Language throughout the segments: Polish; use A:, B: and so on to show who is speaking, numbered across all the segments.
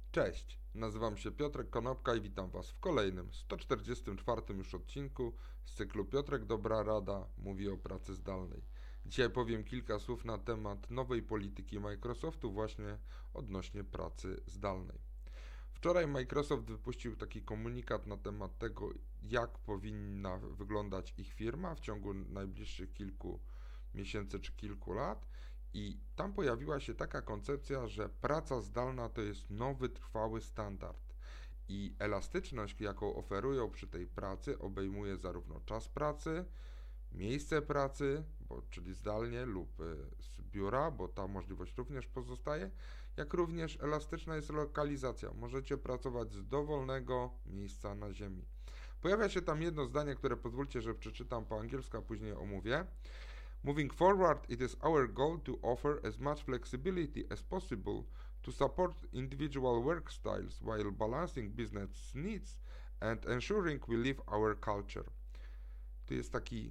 A: Cześć, nazywam się Piotrek Konopka i witam Was w kolejnym, 144 już odcinku z cyklu Piotrek Dobra Rada mówi o pracy zdalnej. Dzisiaj powiem kilka słów na temat nowej polityki Microsoftu właśnie odnośnie pracy zdalnej. Wczoraj Microsoft wypuścił taki komunikat na temat tego, jak powinna wyglądać ich firma w ciągu najbliższych kilku miesięcy czy kilku lat. I tam pojawiła się taka koncepcja, że praca zdalna to jest nowy, trwały standard. I elastyczność, jaką oferują przy tej pracy, obejmuje zarówno czas pracy, miejsce pracy, czyli zdalnie lub z biura, bo ta możliwość również pozostaje, jak również elastyczna jest lokalizacja. Możecie pracować z dowolnego miejsca na ziemi. Pojawia się tam jedno zdanie, które pozwólcie, że przeczytam po angielsku, a później omówię. Moving forward, it is our goal to offer as much flexibility as possible to support individual work styles while balancing business needs and ensuring we live our culture. To jest taki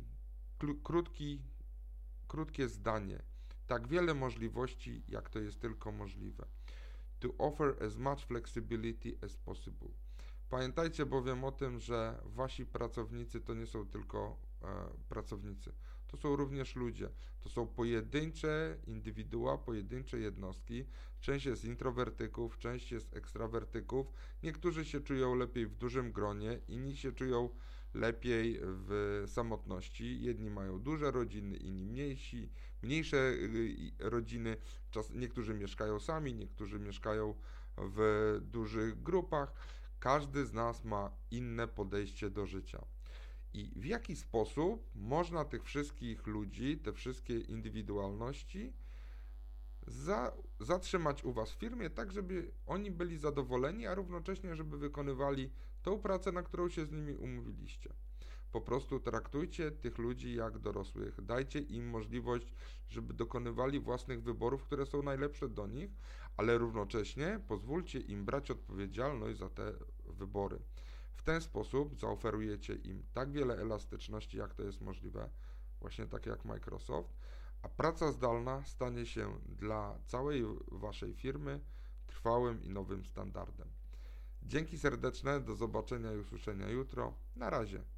A: krótkie zdanie. Tak wiele możliwości, jak to jest tylko możliwe. To offer as much flexibility as possible. Pamiętajcie bowiem o tym, że wasi pracownicy to nie są tylko pracownicy. To są również ludzie. To są pojedyncze indywidua, pojedyncze jednostki. Część jest introwertyków, część jest ekstrawertyków. Niektórzy się czują lepiej w dużym gronie, inni się czują lepiej w samotności. Jedni mają duże rodziny, inni mniejsze rodziny. Niektórzy mieszkają sami, niektórzy mieszkają w dużych grupach. Każdy z nas ma inne podejście do życia. I w jaki sposób można tych wszystkich ludzi, te wszystkie indywidualności zatrzymać u Was w firmie, tak żeby oni byli zadowoleni, a równocześnie, żeby wykonywali tą pracę, na którą się z nimi umówiliście. Po prostu traktujcie tych ludzi jak dorosłych, dajcie im możliwość, żeby dokonywali własnych wyborów, które są najlepsze do nich, ale równocześnie pozwólcie im brać odpowiedzialność za te wybory. W ten sposób zaoferujecie im tak wiele elastyczności, jak to jest możliwe, właśnie tak jak Microsoft, a praca zdalna stanie się dla całej Waszej firmy trwałym i nowym standardem. Dzięki serdeczne, do zobaczenia i usłyszenia jutro. Na razie.